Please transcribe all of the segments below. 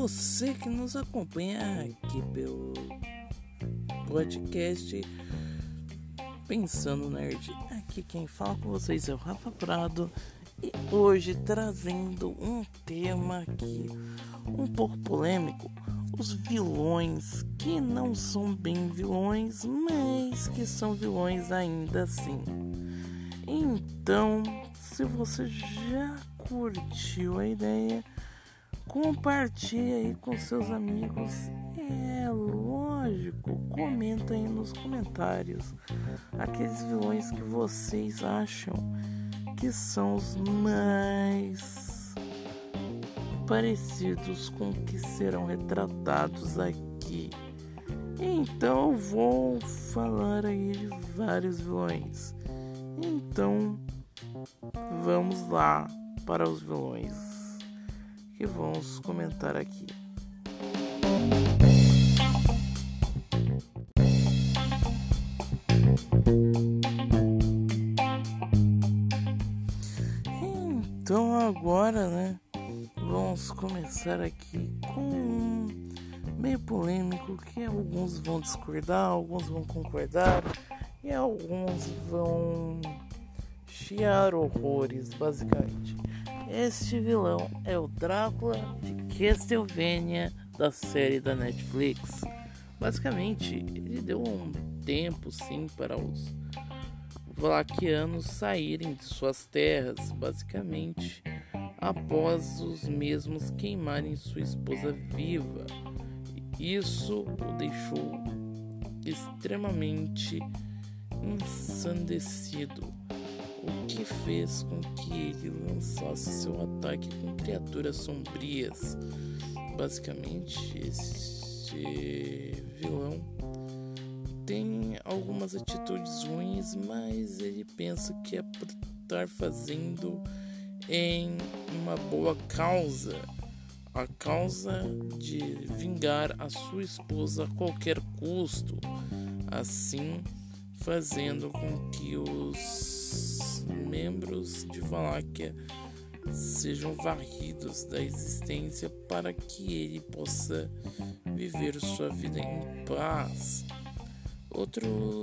você que nos acompanha aqui pelo podcast Pensando Nerd. Aqui quem fala com vocês é o Rafa Prado e hoje trazendo um tema aqui um pouco polêmico: os vilões que não são bem vilões, mas que são vilões ainda assim. Então, se você já curtiu a ideia, compartilhe aí com seus amigos. É lógico, comenta aí nos comentários aqueles vilões que vocês acham que são os mais parecidos com o que serão retratados aqui. Então eu vou falar aí de vários vilões. Então vamos lá para os vilões que vamos comentar aqui. Então agora, vamos começar aqui com um meio polêmico que alguns vão discordar, alguns vão concordar e alguns vão chiar horrores, basicamente. Este vilão é o Drácula de Castlevania da série da Netflix. Basicamente, ele deu um tempo sim para os valaquianos saírem de suas terras, basicamente após os mesmos queimarem sua esposa viva. Isso o deixou extremamente ensandecido, o que fez com que ele lançasse seu ataque com criaturas sombrias. Basicamente, este vilão tem algumas atitudes ruins, mas ele pensa que é por estar fazendo em uma boa causa, a causa de vingar a sua esposa a qualquer custo, assim fazendo com que os membros de Valáquia sejam varridos da existência para que ele possa viver sua vida em paz. Outro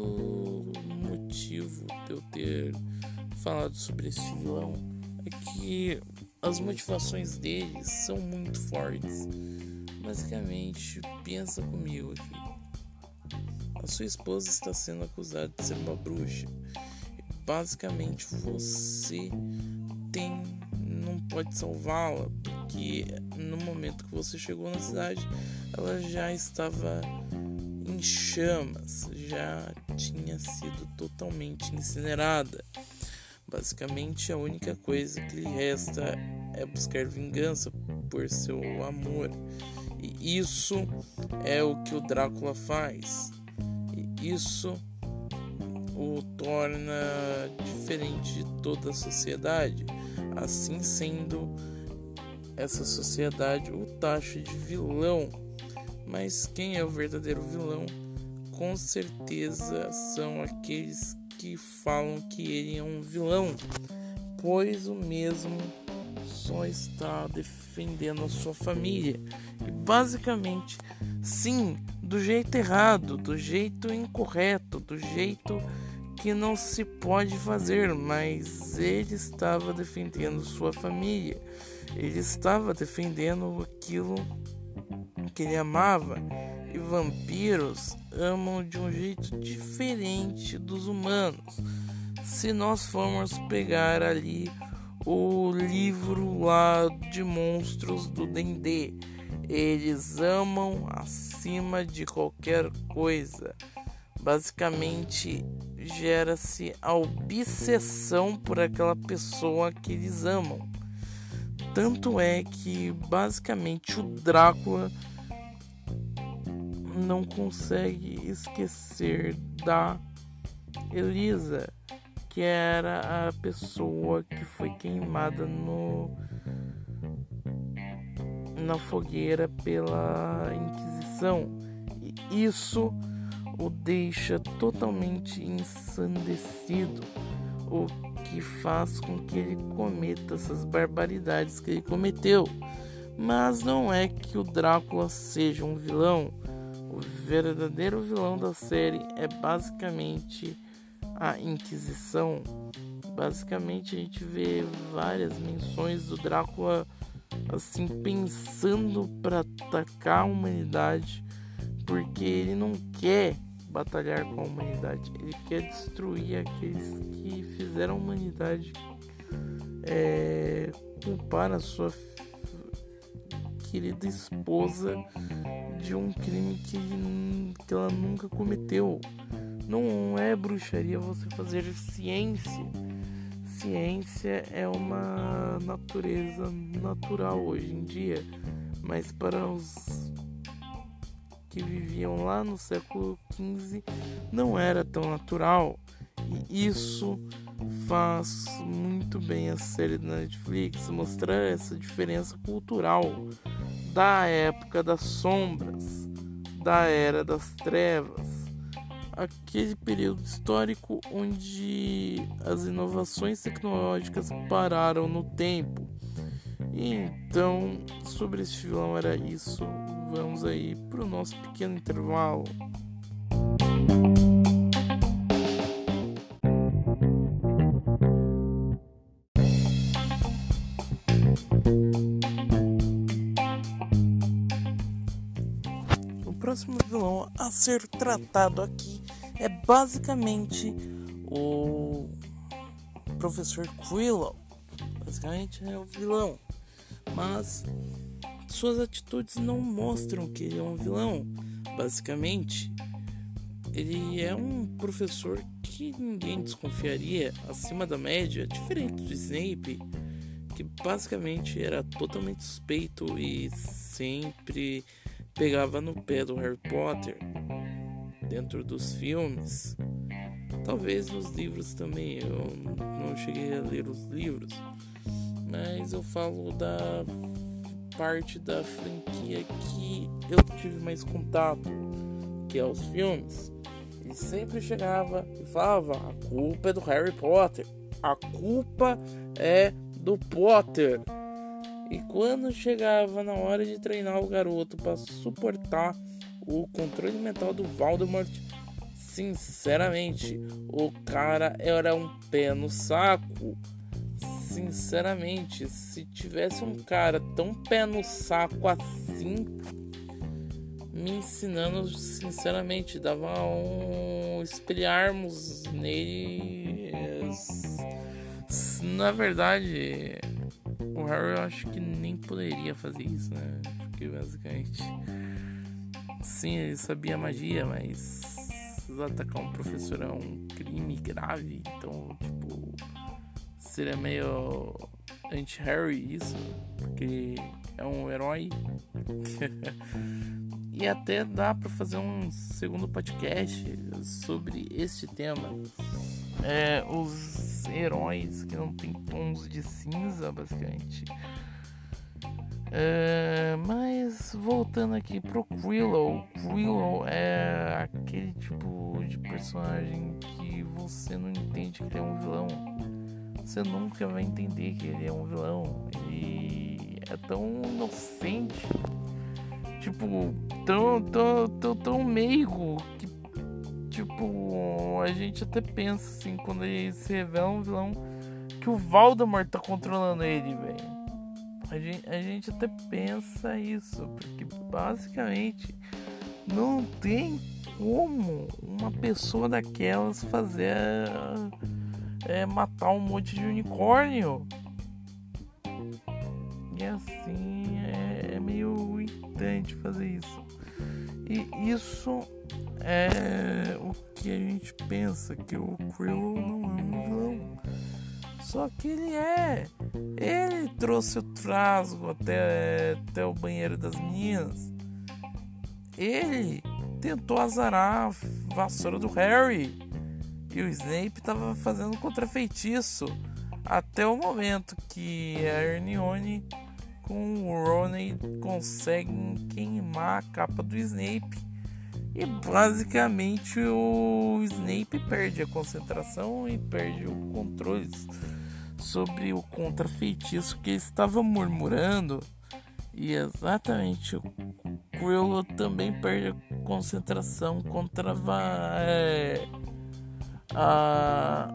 motivo de eu ter falado sobre esse vilão é que as motivações dele são muito fortes. Basicamente, pensa comigo aqui. A sua esposa está sendo acusada de ser uma bruxa. Basicamente, você não pode salvá-la, porque no momento que você chegou na cidade, ela já estava em chamas, já tinha sido totalmente incinerada. Basicamente, a única coisa que lhe resta é buscar vingança por seu amor. E isso é o que o Drácula faz. E isso o torna diferente de toda a sociedade. Assim sendo, essa sociedade o taxa de vilão. Mas quem é o verdadeiro vilão? Com certeza são aqueles que falam que ele é um vilão, pois o mesmo só está defendendo a sua família. E basicamente, sim, do jeito errado, do jeito incorreto, do jeito que não se pode fazer, mas ele estava defendendo sua família, ele estava defendendo aquilo que ele amava. E vampiros amam de um jeito diferente dos humanos. Se nós formos pegar ali o livro lá de monstros do D&D, eles amam acima de qualquer coisa. Basicamente, gera-se a obsessão por aquela pessoa que eles amam. Tanto é que, basicamente, o Drácula não consegue esquecer da Elisa, que era a pessoa que foi queimada na fogueira pela Inquisição. E isso o deixa totalmente ensandecido, o que faz com que ele cometa essas barbaridades que ele cometeu. Mas não é que o Drácula seja um vilão. O verdadeiro vilão da série é basicamente a Inquisição. Basicamente a gente vê várias menções do Drácula assim pensando para atacar a humanidade, porque ele não quer batalhar com a humanidade, ele quer destruir aqueles que fizeram a humanidade culpar a sua querida esposa de um crime que ela nunca cometeu. Não é bruxaria você fazer ciência. Ciência é uma natureza natural hoje em dia, mas para os que viviam lá no século XV não era tão natural. E isso faz muito bem a série da Netflix mostrar essa diferença cultural da época das sombras, da era das trevas, aquele período histórico onde as inovações tecnológicas pararam no tempo. Então, sobre esse vilão era isso. Vamos aí para o nosso pequeno intervalo. O próximo vilão a ser tratado aqui é basicamente o Professor Quirrell. Basicamente é o vilão, mas suas atitudes não mostram que ele é um vilão. Basicamente, ele é um professor que ninguém desconfiaria, acima da média, diferente do Snape, que basicamente era totalmente suspeito e sempre pegava no pé do Harry Potter dentro dos filmes. Talvez nos livros também, eu não cheguei a ler os livros, mas eu falo da parte da franquia que eu tive mais contato, que é os filmes. Ele sempre chegava e falava: a culpa é do Harry Potter, a culpa é do Potter. E quando chegava na hora de treinar o garoto para suportar o controle mental do Voldemort, sinceramente, o cara era um pé no saco. Sinceramente, se tivesse um cara tão pé no saco assim, me ensinando, sinceramente, dava um espelharmos nele. Na verdade, o Harry eu acho que nem poderia fazer isso, né? Porque basicamente, sim, ele sabia magia, mas atacar um professor é um crime grave, então, tipo, seria meio anti-Harry isso, porque é um herói. E até dá pra fazer um segundo podcast sobre este tema. Os heróis que não tem tons de cinza, basicamente. Mas voltando aqui pro Quirrell. Quirrell é aquele tipo de personagem que você não entende que ele é um vilão. Você nunca vai entender que ele é um vilão. Ele é tão inocente, tipo, tão meigo que, tipo, a gente até pensa assim, quando ele se revela um vilão, que o Voldemort tá controlando ele, velho. A gente até pensa isso, porque basicamente não tem como uma pessoa daquelas fazer matar um monte de unicórnio. E assim é meio irritante fazer isso. E isso é o que a gente pensa, que o Quirrell não é um vilão. Só que ele trouxe o Trasgo até o banheiro das meninas. Ele tentou azarar a vassoura do Harry. E o Snape tava fazendo contrafeitiço. Até o momento que a Hermione com o Ron conseguem queimar a capa do Snape. E basicamente o Snape perde a concentração e perde o controle sobre o contrafeitiço que ele estava murmurando. E exatamente o Quirrell também perde a concentração contra a,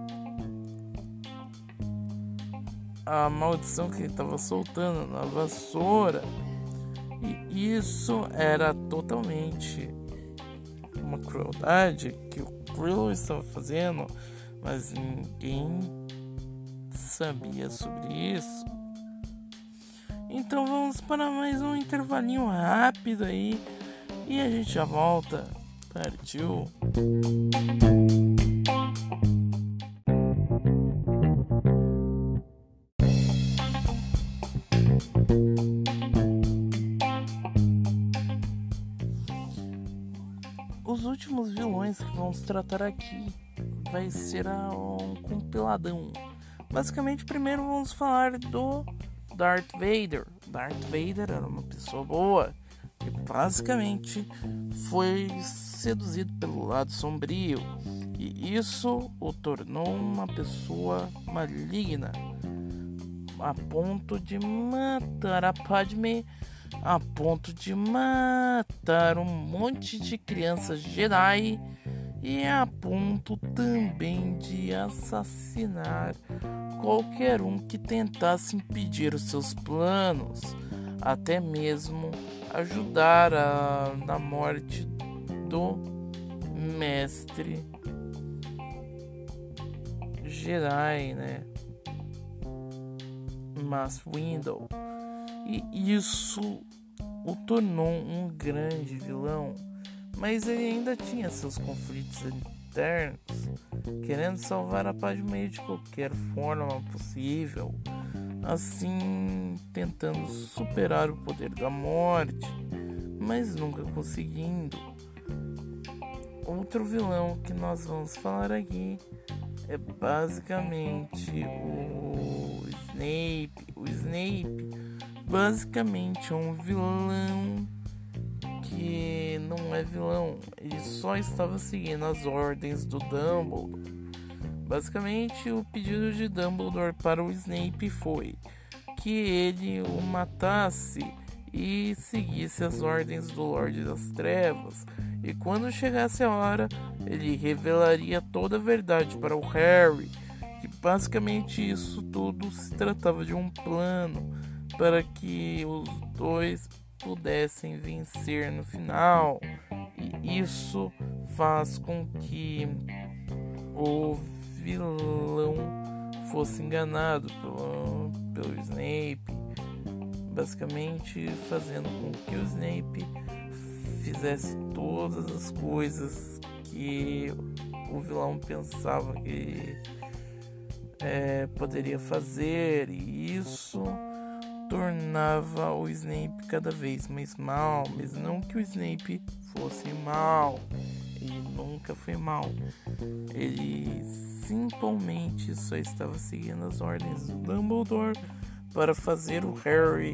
a maldição que ele estava soltando na vassoura. E isso era totalmente uma crueldade que o Quirrell estava fazendo, mas ninguém sabia sobre isso. Então vamos para mais um intervalinho rápido aí e a gente já volta. Partiu! Os últimos vilões que vamos tratar aqui vai ser um compiladão. Basicamente, primeiro vamos falar do Darth Vader. Darth Vader era uma pessoa boa e basicamente foi seduzido pelo lado sombrio, e isso o tornou uma pessoa maligna, a ponto de matar a Padmé, a ponto de matar um monte de crianças Jedi e a ponto também de assassinar qualquer um que tentasse impedir os seus planos, até mesmo ajudar na morte do mestre Jedi, né? Mace Windu. E isso o tornou um grande vilão, mas ele ainda tinha seus conflitos internos, querendo salvar a Padmé de qualquer forma possível, assim tentando superar o poder da morte, mas nunca conseguindo. Outro vilão que nós vamos falar aqui é basicamente o Snape. O Snape basicamente é um vilão que não é vilão, ele só estava seguindo as ordens do Dumbledore. Basicamente, o pedido de Dumbledore para o Snape foi que ele o matasse e seguisse as ordens do Lorde das Trevas, e quando chegasse a hora, ele revelaria toda a verdade para o Harry, que basicamente isso tudo se tratava de um plano para que os dois pudessem vencer no final, e isso faz com que o vilão fosse enganado pelo Snape, basicamente fazendo com que o Snape fizesse todas as coisas que o vilão pensava que poderia fazer, e isso tornava o Snape cada vez mais mal, mas não que o Snape fosse mal, ele nunca foi mal, ele simplesmente só estava seguindo as ordens do Dumbledore para fazer o Harry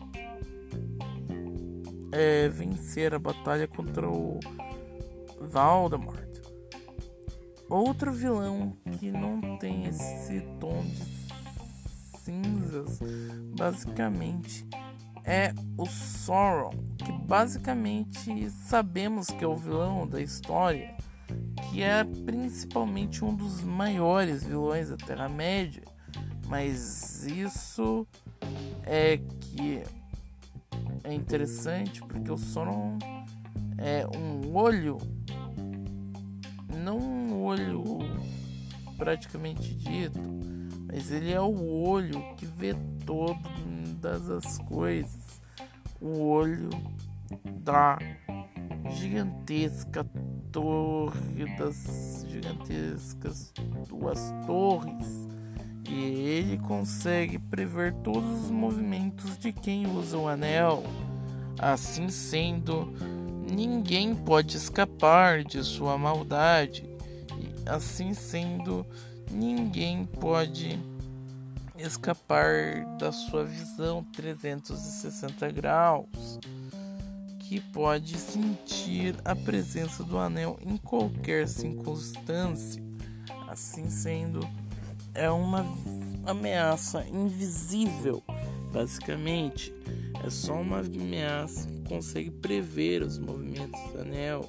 vencer a batalha contra o Voldemort. Outro vilão que não tem esse tom de cinzas, basicamente é o Sauron, que basicamente sabemos que é o vilão da história, que é principalmente um dos maiores vilões da Terra-média, mas isso é que é interessante porque o Sauron é um olho, não um olho praticamente dito, mas ele é o olho que vê todas as coisas, o olho da gigantesca torre, das gigantescas duas torres, e ele consegue prever todos os movimentos de quem usa o anel. Assim sendo, ninguém pode escapar de sua maldade, e assim sendo, ninguém pode escapar da sua visão 360 graus, que pode sentir a presença do anel em qualquer circunstância. Assim sendo, é uma ameaça invisível Basicamente, é só uma ameaça que consegue prever os movimentos do anel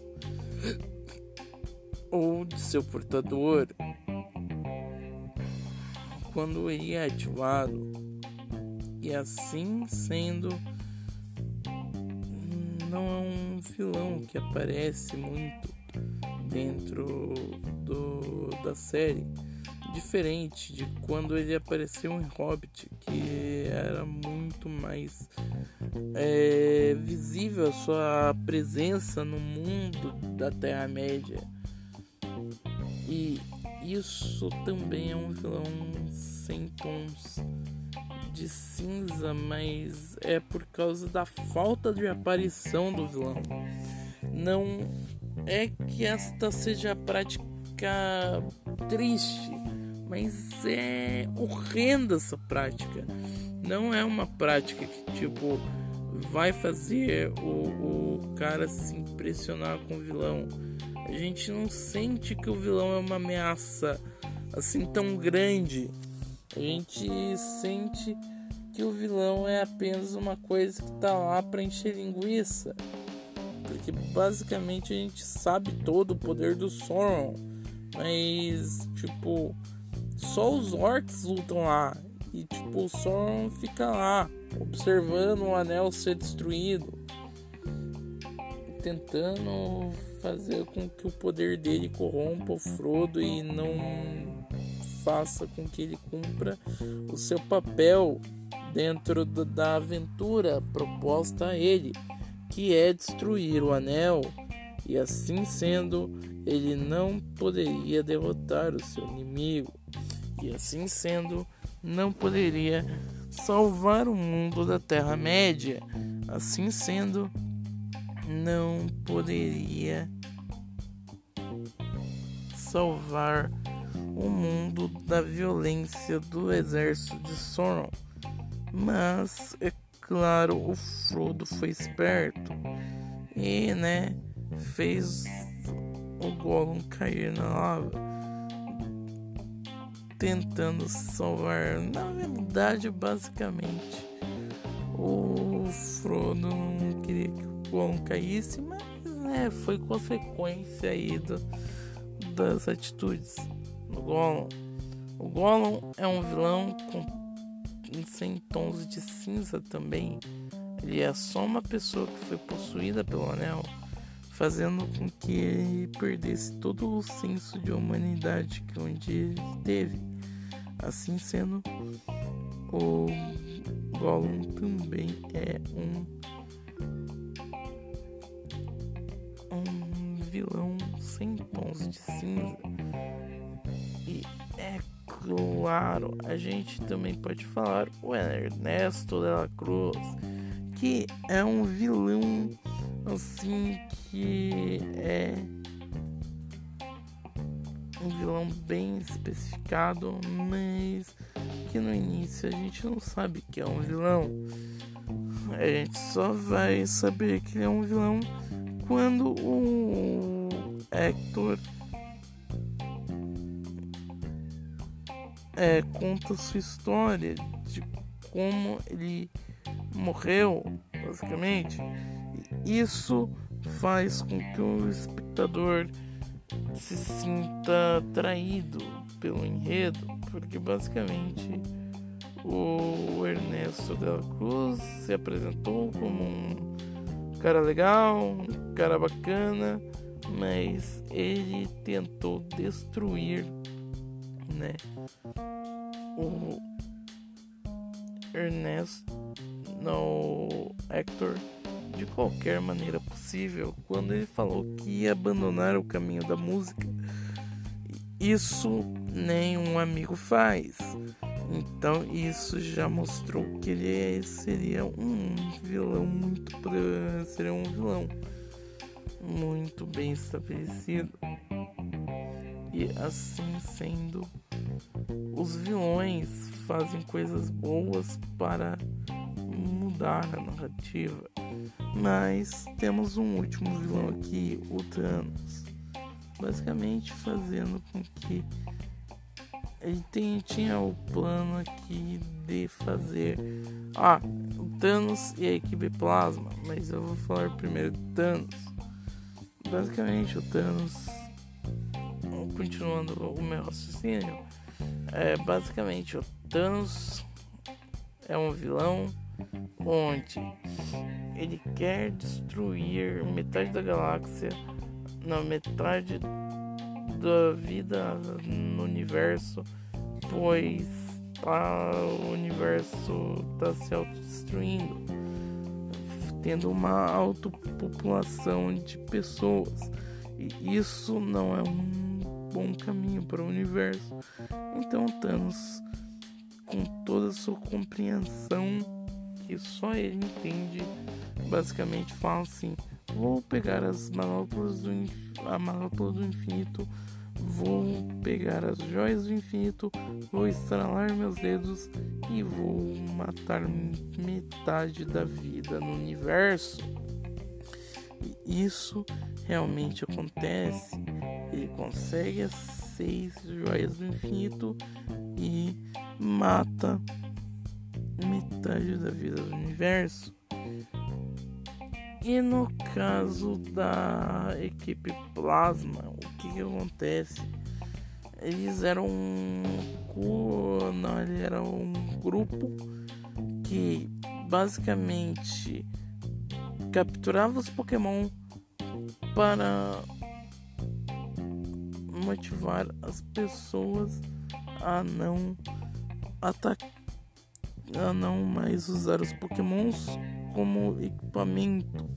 ou de seu portador quando ele é ativado. E assim sendo, não é um vilão que aparece muito dentro da série, diferente de quando ele apareceu em Hobbit, que era muito mais visível a sua presença no mundo da Terra-média. E isso também é um vilão sem tons de cinza, mas é por causa da falta de aparição do vilão. Não é que esta seja a prática triste, mas é horrenda essa prática. Não é uma prática que vai fazer o cara se impressionar com o vilão. A gente não sente que o vilão é uma ameaça assim tão grande. A gente sente que o vilão é apenas uma coisa que tá lá pra encher linguiça. Porque basicamente a gente sabe todo o poder do Sauron. Mas só os orcs lutam lá. E o Sauron fica lá observando o anel ser destruído, tentando fazer com que o poder dele corrompa o Frodo e não faça com que ele cumpra o seu papel dentro da aventura proposta a ele, que é destruir o anel. E assim sendo, ele não poderia derrotar o seu inimigo. E assim sendo, não poderia salvar o mundo da Terra-média. Assim sendo, não poderia salvar o mundo da violência do exército de Sauron. Mas, é claro, o Frodo foi esperto e, fez o Gollum cair na lava, tentando salvar. Na verdade, basicamente, o Frodo não queria que o Gollum caísse, mas foi consequência aí das atitudes do Gollum. O Gollum é um vilão sem tons de cinza também. Ele é só uma pessoa que foi possuída pelo anel, fazendo com que ele perdesse todo o senso de humanidade que um dia ele teve. Assim sendo, o Gollum também é um vilão sem tons de cinza. E é claro, a gente também pode falar o Ernesto de la Cruz, que é um vilão assim, que é um vilão bem especificado, mas que no início a gente não sabe que é um vilão. A gente só vai saber que ele é um vilão quando o Hector conta sua história de como ele morreu, basicamente. Isso faz com que o espectador se sinta atraído pelo enredo, porque basicamente o Ernesto de la Cruz se apresentou como um cara legal, um cara bacana, mas ele tentou destruir, o Hector de qualquer maneira possível. Quando ele falou que ia abandonar o caminho da música, isso nenhum amigo faz. Então isso já mostrou que ele seria um vilão muito bem estabelecido. E assim sendo, os vilões fazem coisas boas para mudar a narrativa. Mas temos um último vilão aqui, o Thanos, basicamente fazendo com que ele tinha o plano aqui de fazer o Thanos e a equipe Plasma, mas eu vou falar primeiro do Thanos. Basicamente, o Thanos, continuando o meu raciocínio, basicamente o Thanos é um vilão onde ele quer destruir metade da galáxia, metade da vida no universo, pois o universo está se autodestruindo, tendo uma autopopulação de pessoas, e isso não é um bom caminho para o universo. Então Thanos, com toda a sua compreensão que só ele entende, basicamente fala assim: vou pegar a manopla do infinito, vou pegar as joias do infinito, vou estralar meus dedos e vou matar metade da vida no universo. E isso realmente acontece. Ele consegue as 6 joias do infinito e mata metade da vida do universo. E no caso da equipe Plasma, o que acontece? Eles eram um grupo que basicamente capturava os Pokémon para motivar as pessoas a não mais usar os Pokémons como equipamento,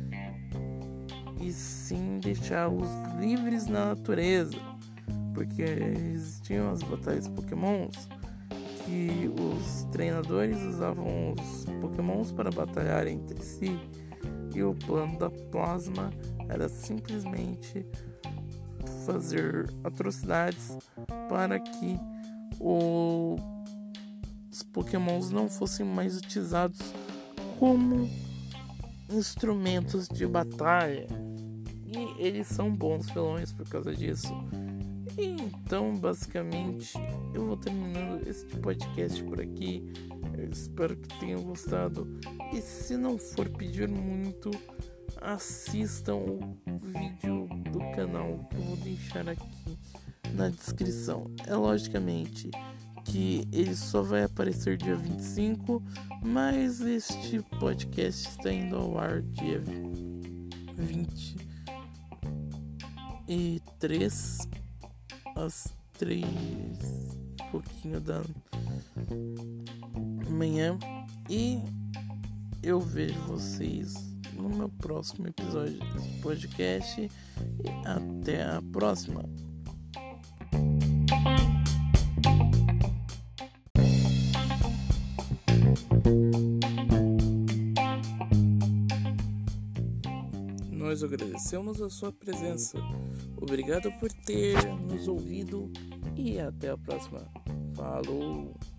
e sim deixá-los livres na natureza, porque existiam as batalhas Pokémons que os treinadores usavam os Pokémons para batalhar entre si, e o plano da Plasma era simplesmente fazer atrocidades para que os Pokémons não fossem mais utilizados como instrumentos de batalha. E eles são bons vilões por causa disso. Então, basicamente, eu vou terminando esse podcast por aqui. Eu espero que tenham gostado. E se não for pedir muito, assistam o vídeo do canal que eu vou deixar aqui na descrição. É logicamente que ele só vai aparecer dia 25, mas este podcast está indo ao ar dia 23 às 3 pouquinho da manhã, e eu vejo vocês no meu próximo episódio desse podcast, e até a próxima. Nós agradecemos a sua presença. Obrigado por ter nos ouvido e até a próxima. Falou!